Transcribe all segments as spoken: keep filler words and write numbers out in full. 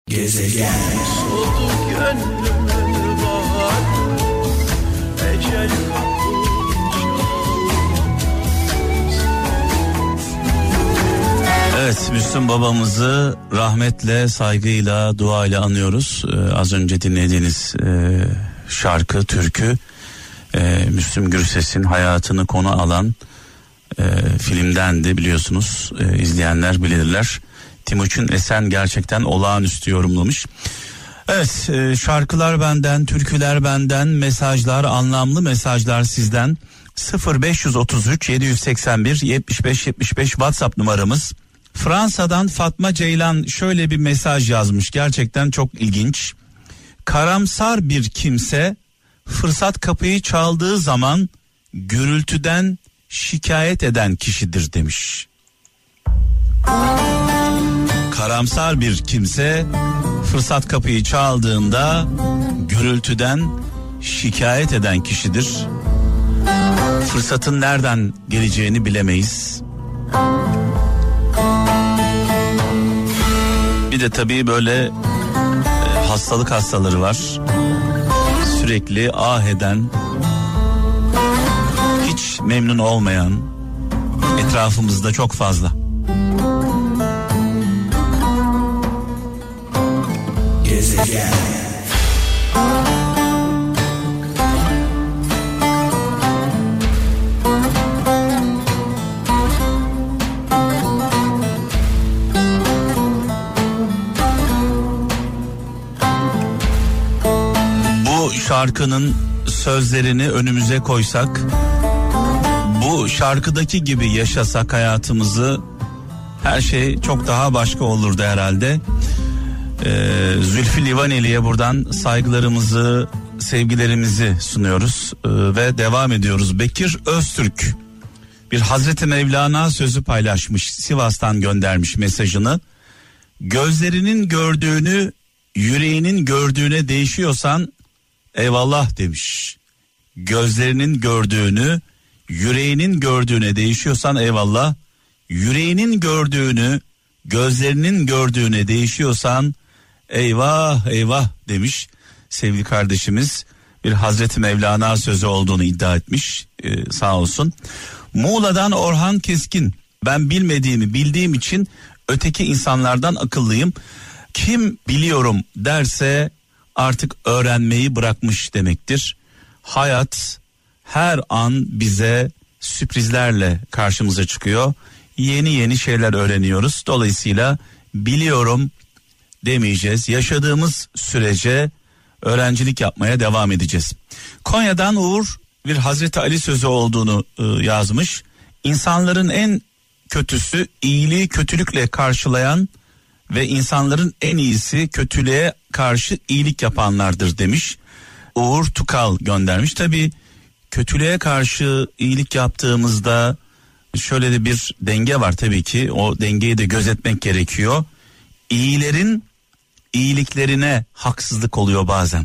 Gezegen. Evet, Müslüm babamızı rahmetle, saygıyla, duayla anıyoruz. Ee, az önce dinlediğiniz e, şarkı, türkü e, Müslüm Gürses'in hayatını konu alan e, filmdendi, biliyorsunuz. E, izleyenler bilirler. Timuçin Esen gerçekten olağanüstü yorumlamış. Evet, e, şarkılar benden, türküler benden, mesajlar, anlamlı mesajlar sizden. sıfır beş otuz üç yedi yüz seksen bir yetmiş beş yetmiş beş WhatsApp numaramız. Fransa'dan Fatma Ceylan şöyle bir mesaj yazmış, gerçekten çok ilginç. Karamsar bir kimse fırsat kapıyı çaldığı zaman gürültüden şikayet eden kişidir demiş. Karamsar bir kimse fırsat kapıyı çaldığında gürültüden şikayet eden kişidir. Fırsatın nereden geleceğini bilemeyiz. Bir de tabii böyle e, hastalık hastaları var. Sürekli ah eden, hiç memnun olmayan etrafımızda çok fazla. Gezegen. Bu şarkının sözlerini önümüze koysak, bu şarkıdaki gibi yaşasak hayatımızı, her şey çok daha başka olurdu herhalde. Ee, Zülfü Livaneli'ye buradan saygılarımızı, sevgilerimizi sunuyoruz ee, ve devam ediyoruz. Bekir Öztürk bir Hazreti Mevlana sözü paylaşmış, Sivas'tan göndermiş mesajını. Gözlerinin gördüğünü yüreğinin gördüğüne değişiyorsan eyvallah demiş. Gözlerinin gördüğünü yüreğinin gördüğüne değişiyorsan eyvallah. Yüreğinin gördüğünü gözlerinin gördüğüne değişiyorsan eyvah eyvah demiş sevgili kardeşimiz. Bir Hazreti Mevlana sözü olduğunu iddia etmiş, ee, sağ olsun. Muğla'dan Orhan Keskin, ben bilmediğimi bildiğim için öteki insanlardan akıllıyım. Kim biliyorum derse artık öğrenmeyi bırakmış demektir. Hayat her an bize sürprizlerle karşımıza çıkıyor. Yeni yeni şeyler öğreniyoruz. Dolayısıyla biliyorum demeyeceğiz. Yaşadığımız sürece öğrencilik yapmaya devam edeceğiz. Konya'dan Uğur bir Hazreti Ali sözü olduğunu e, yazmış. İnsanların en kötüsü iyiliği kötülükle karşılayan ve insanların en iyisi kötülüğe karşı iyilik yapanlardır demiş. Uğur Tukal göndermiş. Tabii kötülüğe karşı iyilik yaptığımızda şöyle de bir denge var tabii ki. O dengeyi de gözetmek gerekiyor. İyilerin iyiliklerine haksızlık oluyor bazen.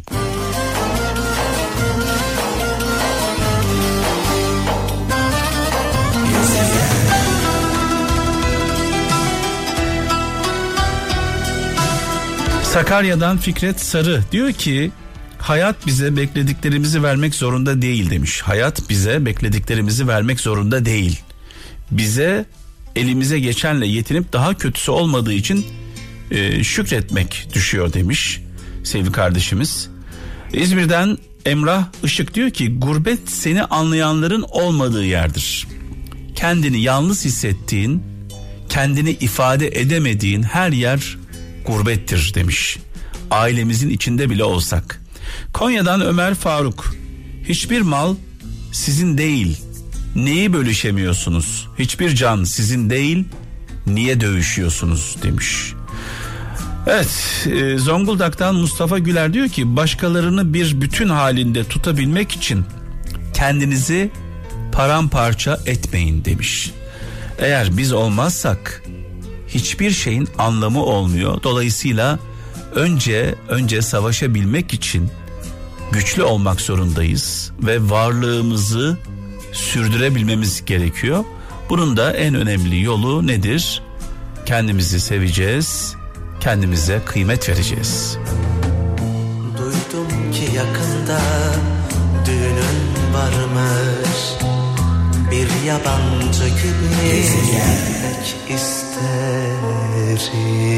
Sakarya'dan Fikret Sarı diyor ki hayat bize beklediklerimizi vermek zorunda değil demiş. Hayat bize beklediklerimizi vermek zorunda değil. Bize elimize geçenle yetinip daha kötüsü olmadığı için e, şükretmek düşüyor demiş sevgili kardeşimiz. İzmir'den Emrah Işık diyor ki gurbet seni anlayanların olmadığı yerdir. Kendini yalnız hissettiğin, kendini ifade edemediğin her yer gurbettir demiş. Ailemizin içinde bile olsak. Konya'dan Ömer Faruk, hiçbir mal sizin değil, neyi bölüşemiyorsunuz? Hiçbir can sizin değil, niye dövüşüyorsunuz demiş. Evet, e, Zonguldak'tan Mustafa Güler diyor ki başkalarını bir bütün halinde tutabilmek için kendinizi paramparça etmeyin demiş. Eğer biz olmazsak hiçbir şeyin anlamı olmuyor. Dolayısıyla önce önce savaşabilmek için güçlü olmak zorundayız ve varlığımızı sürdürebilmemiz gerekiyor. Bunun da en önemli yolu nedir? Kendimizi seveceğiz, kendimize kıymet vereceğiz. Duydum ki yakında düğünün varmış, bir yabancı gibi gitmek isterim.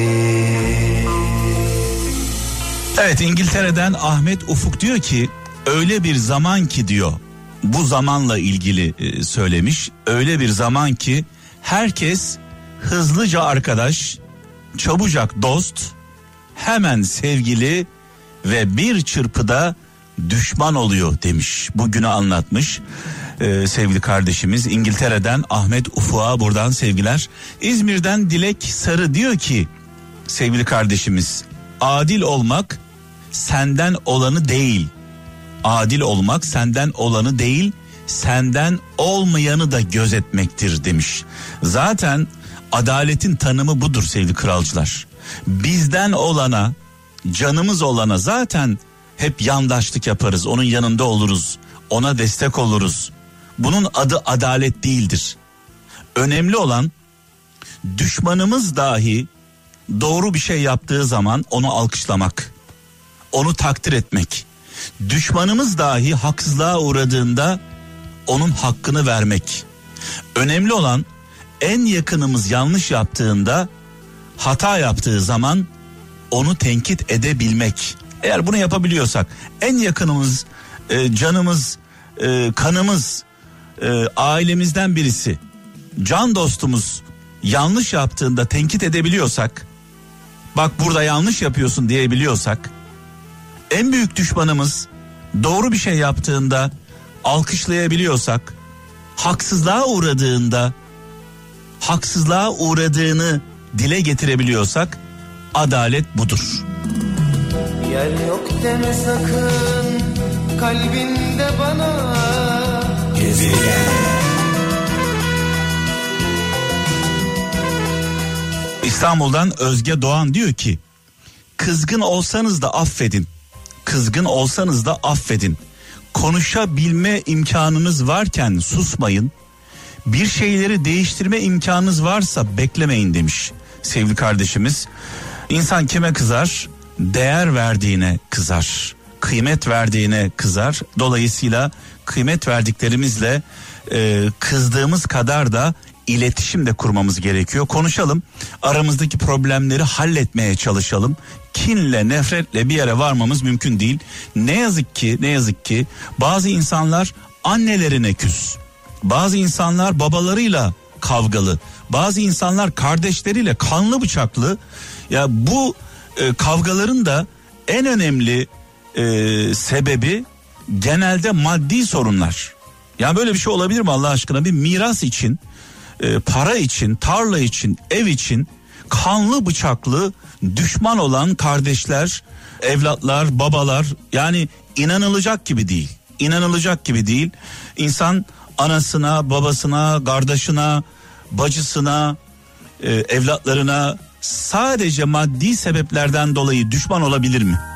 Evet, İngiltere'den Ahmet Ufuk diyor ki öyle bir zaman ki diyor, bu zamanla ilgili e, söylemiş, öyle bir zaman ki herkes hızlıca arkadaş, çabucak dost, hemen sevgili ve bir çırpıda düşman oluyor demiş. Bugünü anlatmış ee, sevgili kardeşimiz İngiltere'den Ahmet Ufuk'a buradan sevgiler. İzmir'den Dilek Sarı diyor ki sevgili kardeşimiz, adil olmak senden olanı değil, adil olmak senden olanı değil, senden olmayanı da gözetmektir demiş. Zaten adaletin tanımı budur sevgili kralcılar. Bizden olana, canımız olana zaten hep yandaşlık yaparız, onun yanında oluruz, ona destek oluruz. Bunun adı adalet değildir. Önemli olan düşmanımız dahi doğru bir şey yaptığı zaman onu alkışlamak, onu takdir etmek. Düşmanımız dahi haksızlığa uğradığında onun hakkını vermek. Önemli olan en yakınımız yanlış yaptığında, hata yaptığı zaman onu tenkit edebilmek. Eğer bunu yapabiliyorsak, en yakınımız, e, canımız, e, kanımız, e, ailemizden birisi, can dostumuz yanlış yaptığında tenkit edebiliyorsak, bak burada yanlış yapıyorsun diyebiliyorsak, en büyük düşmanımız doğru bir şey yaptığında alkışlayabiliyorsak, haksızlığa uğradığında haksızlığa uğradığını dile getirebiliyorsak, adalet budur. Yer yok deme sakın kalbinde bana. Gezegen. İstanbul'dan Özge Doğan diyor ki, kızgın olsanız da affedin. Kızgın olsanız da affedin. Konuşabilme imkanınız varken susmayın. Bir şeyleri değiştirme imkanınız varsa beklemeyin demiş sevgili kardeşimiz. İnsan kime kızar? Değer verdiğine kızar, kıymet verdiğine kızar. Dolayısıyla kıymet verdiklerimizle e, kızdığımız kadar da iletişim de kurmamız gerekiyor. Konuşalım, aramızdaki problemleri halletmeye çalışalım. Kinle, nefretle bir yere varmamız mümkün değil. Ne yazık ki, ne yazık ki bazı insanlar annelerine küs. Bazı insanlar babalarıyla kavgalı. Bazı insanlar kardeşleriyle kanlı bıçaklı. Ya bu e, kavgaların da en önemli e, sebebi genelde maddi sorunlar. Ya böyle bir şey olabilir mi Allah aşkına? Bir miras için, e, para için, tarla için, ev için kanlı bıçaklı düşman olan kardeşler, evlatlar, babalar, yani inanılacak gibi değil. İnanılacak gibi değil. İnsan anasına, babasına, kardeşine, bacısına, e, evlatlarına sadece maddi sebeplerden dolayı düşman olabilir mi?